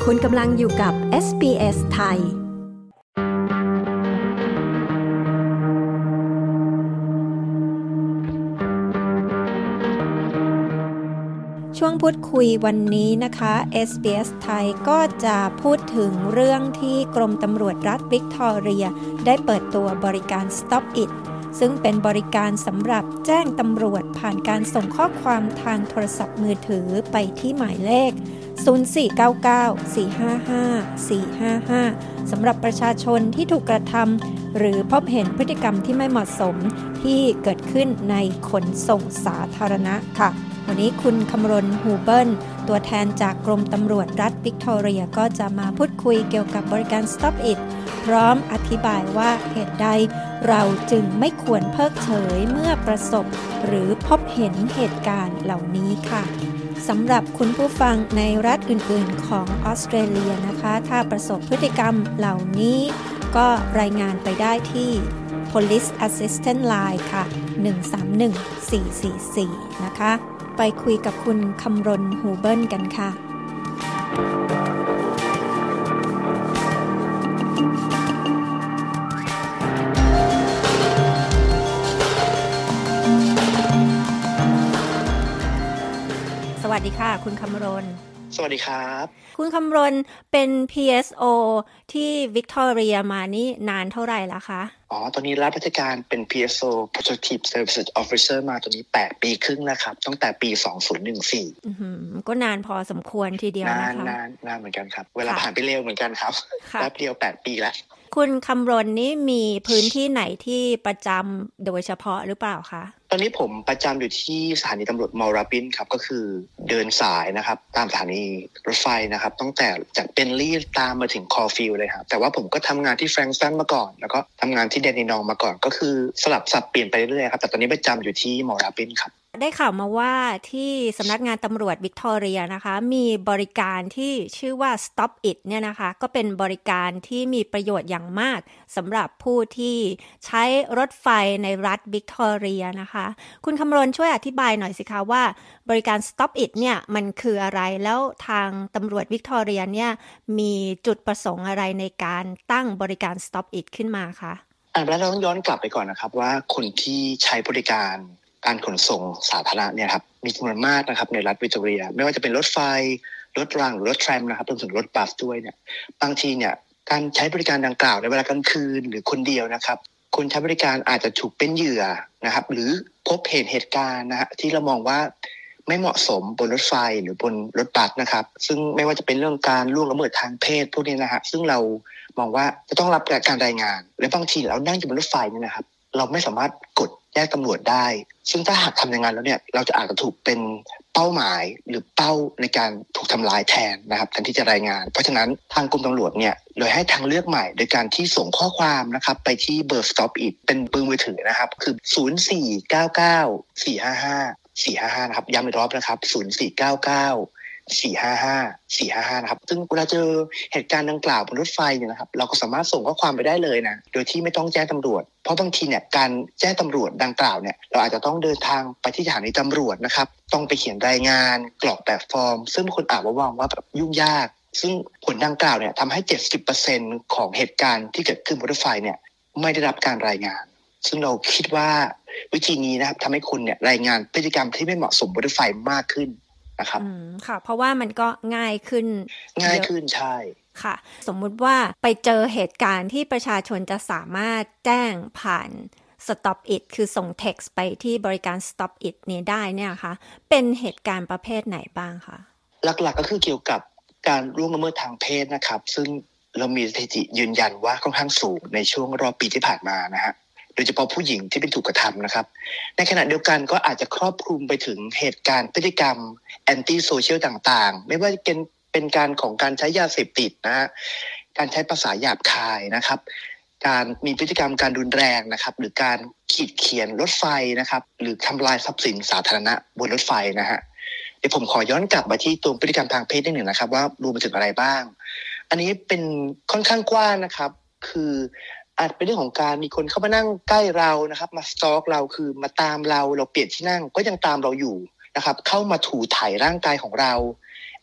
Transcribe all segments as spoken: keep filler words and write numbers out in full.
คุณกำลังอยู่กับ เอส บี เอส ไทยช่วงพูดคุยวันนี้นะคะ เอส บี เอส ไทยก็จะพูดถึงเรื่องที่กรมตำรวจรัฐวิกตอเรียได้เปิดตัวบริการ Stop It ซึ่งเป็นบริการสำหรับแจ้งตำรวจผ่านการส่งข้อความทางโทรศัพท์มือถือไปที่หมายเลขศูนย์ สี่ เก้า เก้า สี่ ห้า ห้า สี่ ห้า ห้าสำหรับประชาชนที่ถูกกระทำหรือพบเห็นพฤติกรรมที่ไม่เหมาะสมที่เกิดขึ้นในขนส่งสาธารณะค่ะวันนี้คุณคำรณ ฮูเบิลตัวแทนจากกรมตำรวจรัฐวิกตอเรียก็จะมาพูดคุยเกี่ยวกับบริการ Stop It พร้อมอธิบายว่าเหตุใดเราจึงไม่ควรเพิกเฉยเมื่อประสบหรือพบเห็นเหตุการณ์เหล่านี้ค่ะสำหรับคุณผู้ฟังในรัฐอื่นๆของออสเตรเลียนะคะถ้าประสบพฤติกรรมเหล่านี้ก็รายงานไปได้ที่ Police Assistance Line ค่ะหนึ่ง สาม หนึ่ง สี่ สี่ สี่นะคะไปคุยกับคุณคำรณ ฮูเบิลกันค่ะสวัสดีค่ะคุณคำรณสวัสดีครับคุณคำรณเป็น พี เอส โอ ที่วิกตอเรียมานี่นานเท่าไหร่แล้วคะอ๋อตอนนี้รับราชการเป็น พี เอส โอ Protective Services Officer มาตอนนี้แปดปีครึ่งนะครับตั้งแต่ปีสองพันสิบสี่อือก็นานพอสมควรทีเดียวนะคะนานนานนานเหมือนกันครับเวลาผ่านไปเร็วเหมือนกันครับแป๊บเดียวแปดปีแล้วคุณคำรณนี่มีพื้นที่ไหนที่ประจำโดยเฉพาะหรือเปล่าคะตอนนี้ผมประจำอยู่ที่สถานีตำรวจมอลราบินครับก็คือเดินสายนะครับตามสถานีรถไฟนะครับตั้งแต่จากเบนลี่ตามมาถึงคอฟิลด์เลยครับแต่ว่าผมก็ทำงานที่แฟรงก์ตันมาก่อนแล้วก็ทำงานที่เดนนินองมาก่อนก็คือสลับสับเปลี่ยนไปเรื่อยๆครับแต่ตอนนี้ประจำอยู่ที่มอลราบินครับได้ข่าวมาว่าที่สำนักงานตำรวจวิกตอเรียนะคะมีบริการที่ชื่อว่า Stop It เนี่ยนะคะก็เป็นบริการที่มีประโยชน์อย่างมากสำหรับผู้ที่ใช้รถไฟในรัฐวิกตอเรียนะคะคุณคำรณช่วยอธิบายหน่อยสิคะว่าบริการ Stop It เนี่ยมันคืออะไรแล้วทางตำรวจวิกตอเรียเนี่ยมีจุดประสงค์อะไรในการตั้งบริการ Stop It ขึ้นมาคะอ่ะแล้วเราต้องย้อนกลับไปก่อนนะครับว่าคนที่ใช้บริการการขนส่งสาธารณะเนี่ยครับมีจำนวนมากนะครับในรัฐวิกตอเรียไม่ว่าจะเป็นรถไฟรถรางหรือรถแทรมนะครับรวมถึงรถบัสด้วยเนี่ยบางทีเนี่ยการใช้บริการดังกล่าวในเวลากลางคืนหรือคนเดียวนะครับคนใช้บริการอาจจะถูกเป็นเหยื่อนะครับหรือพบเห็นเหตุการณ์นะฮะที่เรามองว่าไม่เหมาะสมบนรถไฟหรือบนรถบัสนะครับซึ่งไม่ว่าจะเป็นเรื่องการล่วงละเมิดทางเพศพวกนี้นะฮะซึ่งเรามองว่าจะต้องรับการรายงานและบางทีเรานั่งอยู่บนรถไฟเนี่ยนะครับเราไม่สามารถกดแจ้งตำรวจได้ซึ่งถ้าหากทำอย่างนั้นแล้วเนี่ยเราจะอาจจะถูกเป็นเป้าหมายหรือเป้าในการถูกทำลายแทนนะครับแทนที่จะรายงานเพราะฉะนั้นทางกรมตำรวจเนี่ยเลยให้ทางเลือกใหม่โดยการที่ส่งข้อความนะครับไปที่เบอร์ Stop It เป็นเบอร์มือถือนะครับคือศูนย์ สี่ เก้า เก้า สี่ ห้า ห้า สี่ ห้า ห้านะครับย้ำอีกรอบนะครับศูนย์ สี่ เก้า เก้า สี่ ห้า ห้า สี่ ห้า ห้านะครับซึ่งเวลาเจอเหตุการณ์ดังกล่าวบนรถไฟเนี่ยนะครับเราก็สามารถส่งข้อความไปได้เลยนะโดยที่ไม่ต้องแจ้งตำรวจเพราะบางทีเนี่ยการแจ้งตำรวจดังกล่าวเนี่ยเราอาจจะต้องเดินทางไปที่สถานีตำรวจนะครับต้องไปเขียนรายงานกรอกแบบฟอร์มซึ่งคนอาจว่ามองว่าแบบยุ่งยากซึ่งผลดังกล่าวเนี่ยทำให้ เจ็ดสิบเปอร์เซ็นต์ ของเหตุการณ์ที่เกิดขึ้นบนรถไฟเนี่ยไม่ได้รับการรายงานซึ่งเราคิดว่าวิธีนี้นะครับทำให้คุณเนี่ยรายงานพฤติกรรมที่ไม่เหมาะสมบนรถไฟมากขึ้นนะครับอืมค่ะเพราะว่ามันก็ง่ายขึ้นง่ายขึ้นใช่ค่ะสมมุติว่าไปเจอเหตุการณ์ที่ประชาชนจะสามารถแจ้งผ่าน Stop It คือส่ง text ไปที่บริการ Stop It นี้ได้เนี่ยค่ะเป็นเหตุการณ์ประเภทไหนบ้างคะหลักๆก็คือเกี่ยวกับการล่วงละเมิดทางเพศนะครับซึ่งเรามีสถิติยืนยันว่าค่อนข้างสูงในช่วงรอบปีที่ผ่านมานะฮะโดยเฉพาะผู้หญิงที่เป็นถูกกระทำนะครับในขณะเดียวกันก็อาจจะครอบคลุมไปถึงเหตุการณ์พฤติกรรมแอนตี้โซเชียลต่างๆไม่ว่าจะเป็นเป็นการของการใช้ยาเสพติดนะฮะการใช้ภาษาหยาบคายนะครับการมีพฤติกรรมการรุนแรงนะครับหรือการขีดเขียนรถไฟนะครับหรือทำลายทรัพย์สินสาธารณะบนรถไฟนะฮะเดี๋ยวผมขอย้อนกลับมาที่ตัวพฤติกรรมทางเพศนิดหนึ่งนะครับว่ารวมไปถึงอะไรบ้างอันนี้เป็นค่อนข้างกว้างนะครับคืออาจเป็นเรื่องของการมีคนเข้ามานั่งใกล้เรานะครับมาสตอล์กเราคือมาตามเราเราเปลี่ยนที่นั่งก็ยังตามเราอยู่นะครับเข้ามาถูถ่ายร่างกายของเราแ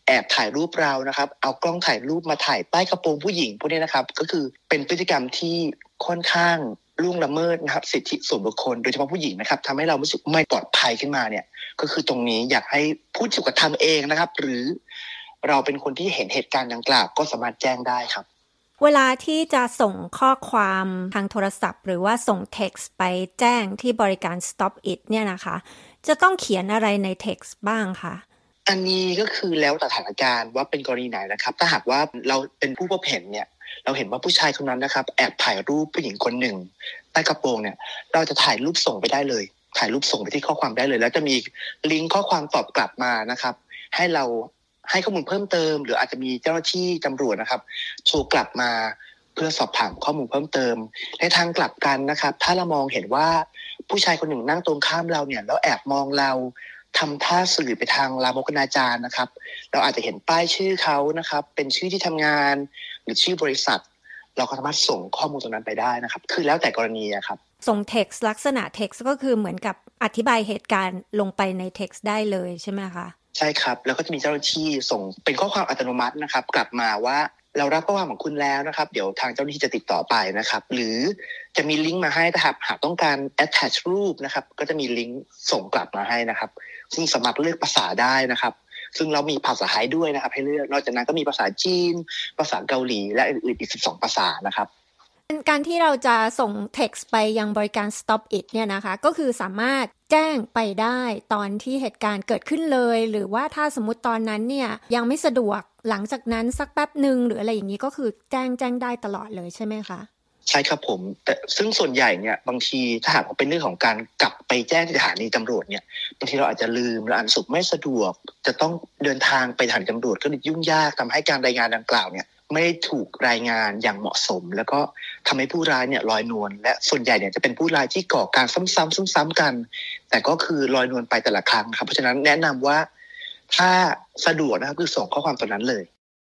แอบถ่ายรูปเรานะครับเอากล้องถ่ายรูปมาถ่ายใต้กระโปรงผู้หญิงพวกนี้นะครับก็คือเป็นพฤติกรรมที่ค่อนข้างล่วงละเมิดนะครับสิทธิส่วนบุคคลโดยเฉพาะผู้หญิงนะครับทำให้เรารู้สึกไม่ปลอดภัยขึ้นมาเนี่ยก็คือตรงนี้อยากให้ผู้ถูกกระทำเองนะครับหรือเราเป็นคนที่เห็นเหตุการณ์ดังกล่าวก็สามารถแจ้งได้ครับเวลาที่จะส่งข้อความทางโทรศัพท์หรือว่าส่ง text ไปแจ้งที่บริการ Stop It เนี่ยนะคะจะต้องเขียนอะไรใน text บ้างคะอันนี้ก็คือแล้วแต่สถานการณ์ว่าเป็นกรณีไหนนะครับถ้าหากว่าเราเป็นผู้พบเห็นเนี่ยเราเห็นว่าผู้ชายคนนั้นนะครับแอบถ่ายรูปผู้หญิงคนหนึ่งใต้กระโปรงเนี่ยเราจะถ่ายรูปส่งไปได้เลยถ่ายรูปส่งไปที่ข้อความได้เลยแล้วจะมีลิงก์ข้อความตอบกลับมานะครับให้เราให้ข้อมูลเพิ่มเติมหรืออาจจะมีเจ้าหน้าที่ตำรวจนะครับโทรกลับมาเพื่อสอบถามข้อมูลเพิ่มเติมในทางกลับกันนะครับถ้าเรามองเห็นว่าผู้ชายคนหนึ่งนั่งตรงข้ามเราเนี่ยแล้วแอบมองเราทำท่าสื่อไปทางลามกอนาจารนะครับเราอาจจะเห็นป้ายชื่อเขานะครับเป็นชื่อที่ทำงานหรือชื่อบริษัทเราก็สามารถส่งข้อมูลตรงนั้นไปได้นะครับคือแล้วแต่กรณีครับส่ง text ลักษณะ text ก็คือเหมือนกับอธิบายเหตุการณ์ลงไปใน text ได้เลยใช่ไหมคะใช่ครับแล้วก็จะมีเจ้าหน้าที่ส่งเป็นข้อความอัตโนมัตินะครับกลับมาว่าเรารับข้อความของคุณแล้วนะครับเดี๋ยวทางเจ้าหน้าที่จะติดต่อไปนะครับหรือจะมีลิงก์มาให้นะครับหากต้องการ attach รูปนะครับก็จะมีลิงก์ส่งกลับมาให้นะครับซึ่งสามารถเลือกภาษาได้นะครับซึ่งเรามีภาษาไทยด้วยนะครับให้เลือกนอกจากนั้นก็มีภาษาจีนภาษาเกาหลีและอื่นๆอีกสิบสองภาษานะครับการที่เราจะส่ง text ไปยังบริการ Stop It เนี่ยนะคะก็คือสามารถแจ้งไปได้ตอนที่เหตุการณ์เกิดขึ้นเลยหรือว่าถ้าสมมุติตอนนั้นเนี่ยยังไม่สะดวกหลังจากนั้นสักแป๊บนึงหรืออะไรอย่างนี้ก็คือแจ้งแจ้งได้ตลอดเลยใช่ไหมคะใช่ครับผมแต่ซึ่งส่วนใหญ่เนี่ยบางทีถ้าหากว่าเป็นเรื่องของการกลับไปแจ้งที่สถานีตำรวจเนี่ยบางทีเราอาจจะลืมและอันสุดไม่สะดวกจะต้องเดินทางไปสถานีตำรวจก็ยุ่งยากทำให้การรายงานดังกล่าวเนี่ยไม่ถูกรายงานอย่างเหมาะสมแล้วก็ทำให้ผู้ร้ายเนี่ยลอยนวลและส่วนใหญ่เนี่ยจะเป็นผู้ร้ายที่ก่อการซ้ำๆซ้ำๆกันแต่ก็คือลอยนวลไปแต่ละครั้งครับเพราะฉะนั้นแนะนำว่าถ้าสะดวกนะครับคือส่งข้อความตัวนั้นเลย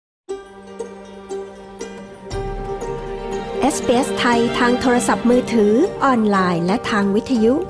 เอส บี เอส ไทยทางโทรศัพท์มือถือออนไลน์และทางวิทยุ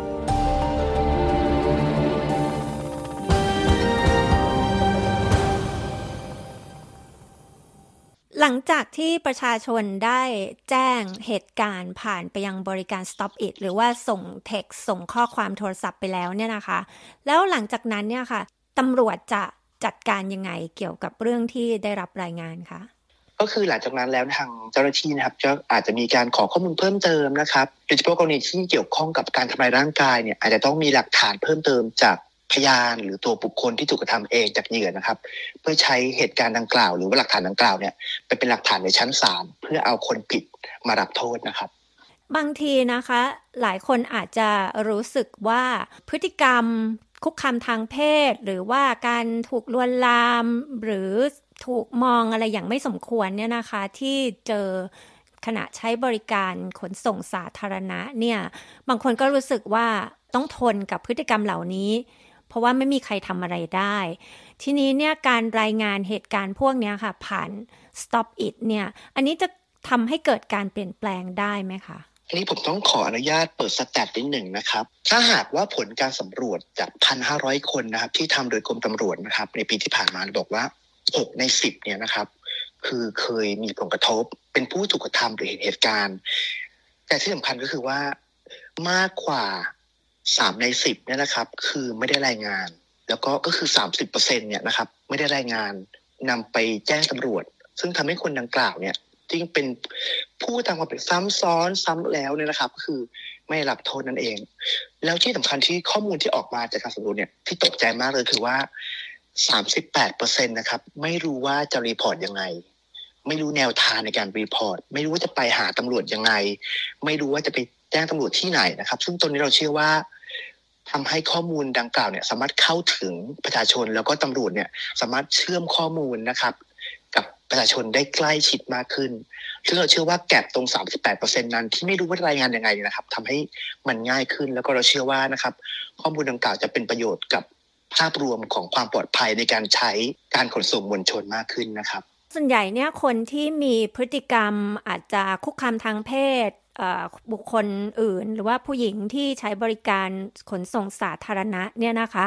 หลังจากที่ประชาชนได้แจ้งเหตุการณ์ผ่านไปยังบริการ Stop It หรือว่าส่ง text ส่งข้อความโทรศัพท์ไปแล้วเนี่ยนะคะแล้วหลังจากนั้นเนี่ยค่ะตำรวจจะจัดการยังไงเกี่ยวกับเรื่องที่ได้รับรายงานคะก็คือหลังจากนั้นแล้วทางเจ้าหน้าที่นะครับจะอาจจะมีการขอข้อมูลเพิ่มเติมนะครับโดยเฉพาะกรณีที่เกี่ยวข้องกับการทำลายร่างกายเนี่ยอาจจะต้องมีหลักฐานเพิ่มเติมจากพยานหรือตัวบุคคลที่ถูกกระทำเองจากเหยื่อนะครับเพื่อใช้เหตุการณ์ดังกล่าวหรือว่าหลักฐานดังกล่าวเนี่ยไปเป็นหลักฐานในชั้นศาลเพื่อเอาคนผิดมารับโทษนะครับบางทีนะคะหลายคนอาจจะรู้สึกว่าพฤติกรรมคุกคามทางเพศหรือว่าการถูกลวนลามหรือถูกมองอะไรอย่างไม่สมควรเนี่ยนะคะที่เจอขณะใช้บริการขนส่งสาธารณะเนี่ยบางคนก็รู้สึกว่าต้องทนกับพฤติกรรมเหล่านี้เพราะว่าไม่มีใครทำอะไรได้ทีนี้เนี่ยการรายงานเหตุการณ์พวกนี้ค่ะผ่าน Stop It เนี่ยอันนี้จะทำให้เกิดการเปลี่ยนแปลงได้ไหมคะอันนี้ผมต้องขออนุญาตเปิดสแตทนิดหนึ่งนะครับถ้าหากว่าผลการสำรวจจาก หนึ่งพันห้าร้อย คนนะครับที่ทำโดยกรมตำรวจนะครับในปีที่ผ่านมาบอกว่าหกในสิบเนี่ยนะครับคือเคยมีผลกระทบเป็นผู้ถูกกระทำหรือเห็นเหตุการณ์แต่ที่สำคัญก็คือว่ามากกว่าสามในสิบเนี่ยนะครับคือไม่ได้รายงานแล้วก็ก็คือ สามสิบเปอร์เซ็นต์ เนี่ยนะครับไม่ได้รายงานนำไปแจ้งตำรวจซึ่งทำให้คนดังกล่าวเนี่ยที่เป็นผู้ทำความผิดซ้ำซ้อนซ้ำแล้วเนี่ยนะครับก็คือไม่รับโทษนั่นเองแล้วที่สำคัญที่ข้อมูลที่ออกมาจากการสำรวจเนี่ยที่ตกใจมากเลยคือว่า สามสิบแปดเปอร์เซ็นต์ นะครับไม่รู้ว่าจะรีพอร์ตยังไงไม่รู้แนวทางในการรีพอร์ตไม่รู้ว่าจะไปหาตำรวจยังไงไม่รู้ว่าจะไปแจ้งตำรวจที่ไหนนะครับซึ่งตรงนี้เราเชื่อว่าทำให้ข้อมูลดังกล่าวเนี่ยสามารถเข้าถึงประชาชนแล้วก็ตำรวจเนี่ยสามารถเชื่อมข้อมูลนะครับกับประชาชนได้ใกล้ชิดมากขึ้นซึ่งเราเชื่อว่าแก็บตรง สามสิบแปดเปอร์เซ็นต์ นั้นที่ไม่รู้ว่ารายงานยังไงนะครับทำให้มันง่ายขึ้นแล้วก็เราเชื่อว่านะครับข้อมูลดังกล่าวจะเป็นประโยชน์กับภาพรวมของความปลอดภัยในการใช้การขนส่งมวลชนมากขึ้นนะครับส่วนใหญ่เนี่ยคนที่มีพฤติกรรมอาจจะคุกคามทางเพศบุคคลอื่นหรือว่าผู้หญิงที่ใช้บริการขนส่งสาธารณะเนี่ยนะคะ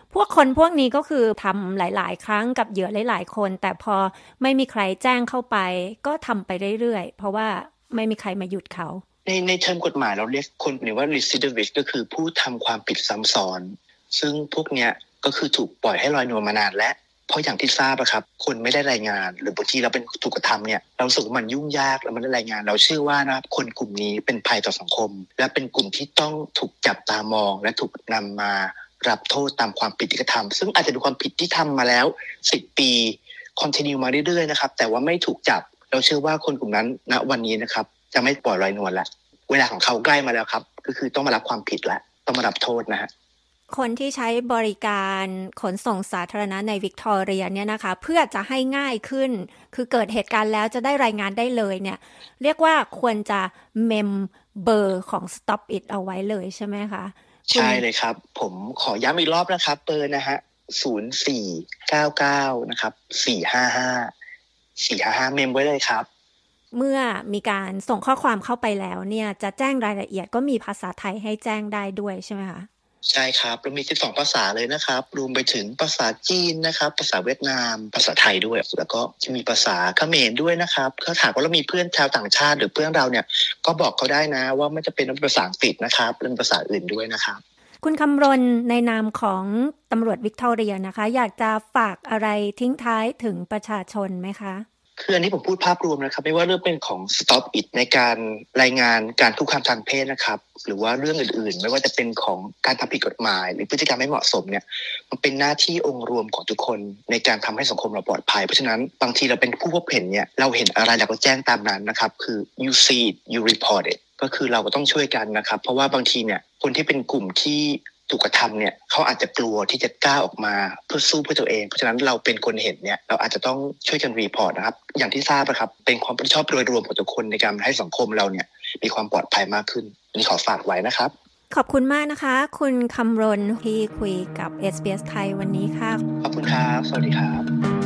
พวกคนพวกนี้ก็คือทำหลายๆครั้งกับเหยื่อหลายๆคนแต่พอไม่มีใครแจ้งเข้าไปก็ทำไปเรื่อยๆเพราะว่าไม่มีใครมาหยุดเขาในในเชิงกฎหมายเราเรียกคนหรือว่า recidivist ก็คือผู้ทำความผิดซ้ำซ้อนซึ่งพวกเนี้ยก็คือถูกปล่อยให้ลอยนวลมานานแล้วเพราะอย่างที่ทราบอะครับคนไม่ได้รายงานหรือบางทีเราเป็นถูกกระทำเนี่ยเราสึกว่ามันยุ่งยากแล้วมันได้รายงานเราเชื่อว่านะครับคนกลุ่มนี้เป็นภัยต่อสังคมและเป็นกลุ่มที่ต้องถูกจับตามองและถูกนำมารับโทษตามความผิดที่กระทำซึ่งอาจจะดูความผิดที่ทำมาแล้วสิบปีคอนทินิวมาเรื่อยๆนะครับแต่ว่าไม่ถูกจับเราเชื่อว่าคนกลุ่มนั้นณวันนี้นะครับจะไม่ปล่อยลอยนวลแล้วเวลาของเขาใกล้มาแล้วครับก็คือต้องมารับความผิดแล้วต้องมารับโทษนะฮะคนที่ใช้บริการขนส่งสาธารณะในวิกตอเรียเนี่ยนะคะเพื่อจะให้ง่ายขึ้นคือเกิดเหตุการณ์แล้วจะได้รายงานได้เลยเนี่ยเรียกว่าควรจะเมมเบอร์ของ Stop It เอาไว้เลยใช่ไหมคะใช่เลยครับผมขอย้ำอีกรอบนะครับเบอร์นะฮะศูนย์ สี่ เก้า เก้านะครับสี่ ห้า ห้า สี่ ห้า ห้าเมมไว้เลยครับเมื่อมีการส่งข้อความเข้าไปแล้วเนี่ยจะแจ้งรายละเอียดก็มีภาษาไทยให้แจ้งได้ด้วยใช่ไหมคะใช่ครับเรามีสิบสองภาษาเลยนะครับรวมไปถึงภาษาจีนนะครับภาษาเวียดนามภาษาไทยด้วยแล้วก็จะมีภาษาเขมรด้วยนะครับถ้าถามว่าเรามีเพื่อนชาวต่างชาติหรือเพื่อนเราเนี่ยก็บอกเขาได้นะว่าไม่จะเป็นภาษาอังกฤษนะครับเรื่องภาษาอื่นด้วยนะครับคุณคำรณในนามของตำรวจวิกตอเรียนะคะอยากจะฝากอะไรทิ้งท้ายถึงประชาชนไหมคะคืออันนี้ผมพูดภาพรวมนะครับไม่ว่าเรื่องเป็นของ Stop It ในการรายงานการคุกคามทางเพศนะครับหรือว่าเรื่องอื่นๆไม่ว่าจะเป็นของการทำผิดกฎหมายหรือพฤติกรรมไม่เหมาะสมเนี่ยมันเป็นหน้าที่องค์รวมของทุกคนในการทำให้สังคมเราปลอดภัยเพราะฉะนั้นบางทีเราเป็นผู้พบเห็นเนี่ยเราเห็นอะไรเราก็แจ้งตามนั้นนะครับคือ you see it you report it ก็คือเราก็ต้องช่วยกันนะครับเพราะว่าบางทีเนี่ยคนที่เป็นกลุ่มที่ถูกกระทำเนี่ยเขาอาจจะกลัวที่จะกล้าออกมาเพื่อสู้เพื่อตัวเองเพราะฉะนั้นเราเป็นคนเห็นเนี่ยเราอาจจะต้องช่วยกันรีพอร์ตนะครับอย่างที่ทราบนะครับเป็นความรับผิดชอบโดยรวมของทุกคนในการให้สังคมเราเนี่ยมีความปลอดภัยมากขึ้นนี่ขอฝากไว้นะครับขอบคุณมากนะคะคุณคำรณที่คุยกับ เอส บี เอส ไทยวันนี้ค่ะขอบคุณครับสวัสดีครับ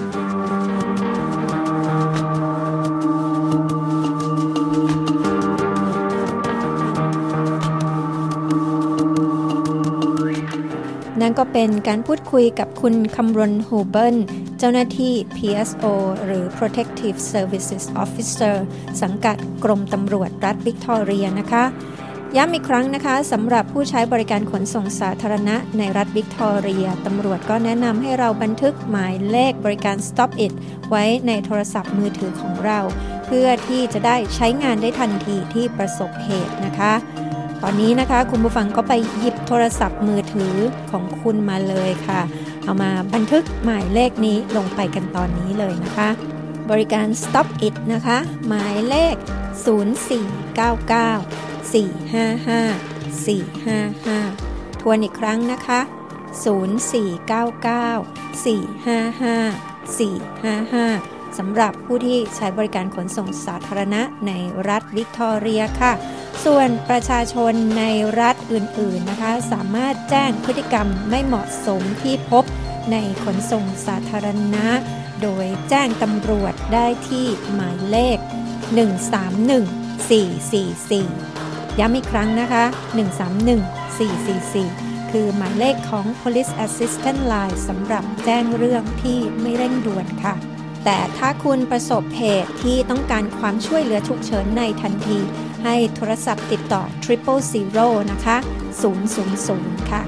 นั่นก็เป็นการพูดคุยกับคุณคำรณ ฮูเบิลเจ้าหน้าที่ พี เอส โอ หรือ Protective Services Officer สังกัดกรมตำรวจรัฐวิกตอเรียนะคะย้ำอีกครั้งนะคะสำหรับผู้ใช้บริการขนส่งสาธารณะในรัฐวิกตอเรียตำรวจก็แนะนำให้เราบันทึกหมายเลขบริการ Stop It ไว้ในโทรศัพท์มือถือของเราเพื่อที่จะได้ใช้งานได้ทันทีที่ประสบเหตุนะคะตอนนี้นะคะคุณผู้ฟังก็ไปหยิบโทรศัพท์มือถือของคุณมาเลยค่ะเอามาบันทึกหมายเลขนี้ลงไปกันตอนนี้เลยนะคะบริการ Stop It นะคะหมายเลขศูนย์ สี่ เก้า เก้า สี่ ห้า ห้า สี่ ห้า ห้าทวนอีกครั้งนะคะศูนย์ สี่ เก้า เก้า สี่ ห้า ห้า สี่ ห้า ห้าสำหรับผู้ที่ใช้บริการขนส่งสาธารณะในรัฐวิกตอเรียค่ะส่วนประชาชนในรัฐอื่นๆนะคะสามารถแจ้งพฤติกรรมไม่เหมาะสมที่พบในขนส่งสาธารณะโดยแจ้งตำรวจได้ที่หมายเลขหนึ่ง สาม หนึ่ง สี่ สี่ สี่ย้ำอีกครั้งนะคะหนึ่ง สาม หนึ่ง สี่ สี่ สี่คือหมายเลขของ Police Assistance Line สำหรับแจ้งเรื่องที่ไม่เร่งด่วนค่ะแต่ถ้าคุณประสบเหตุที่ต้องการความช่วยเหลือฉุกเฉินในทันทีให้โทรศัพท์ติดต่อ Triple Zero นะคะศูนย์ ศูนย์ ศูนย์ค่ะ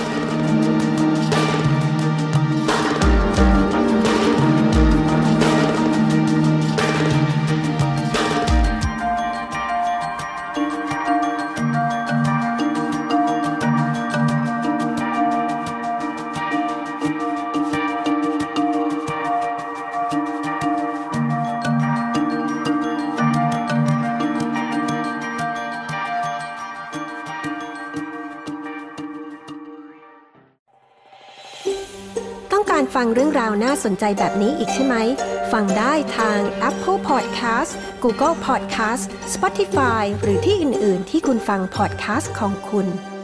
ฟังเรื่องราวน่าสนใจแบบนี้อีกใช่ไหมฟังได้ทาง Apple Podcast Google Podcast Spotify หรือที่อื่นๆที่คุณฟัง podcast ของคุณ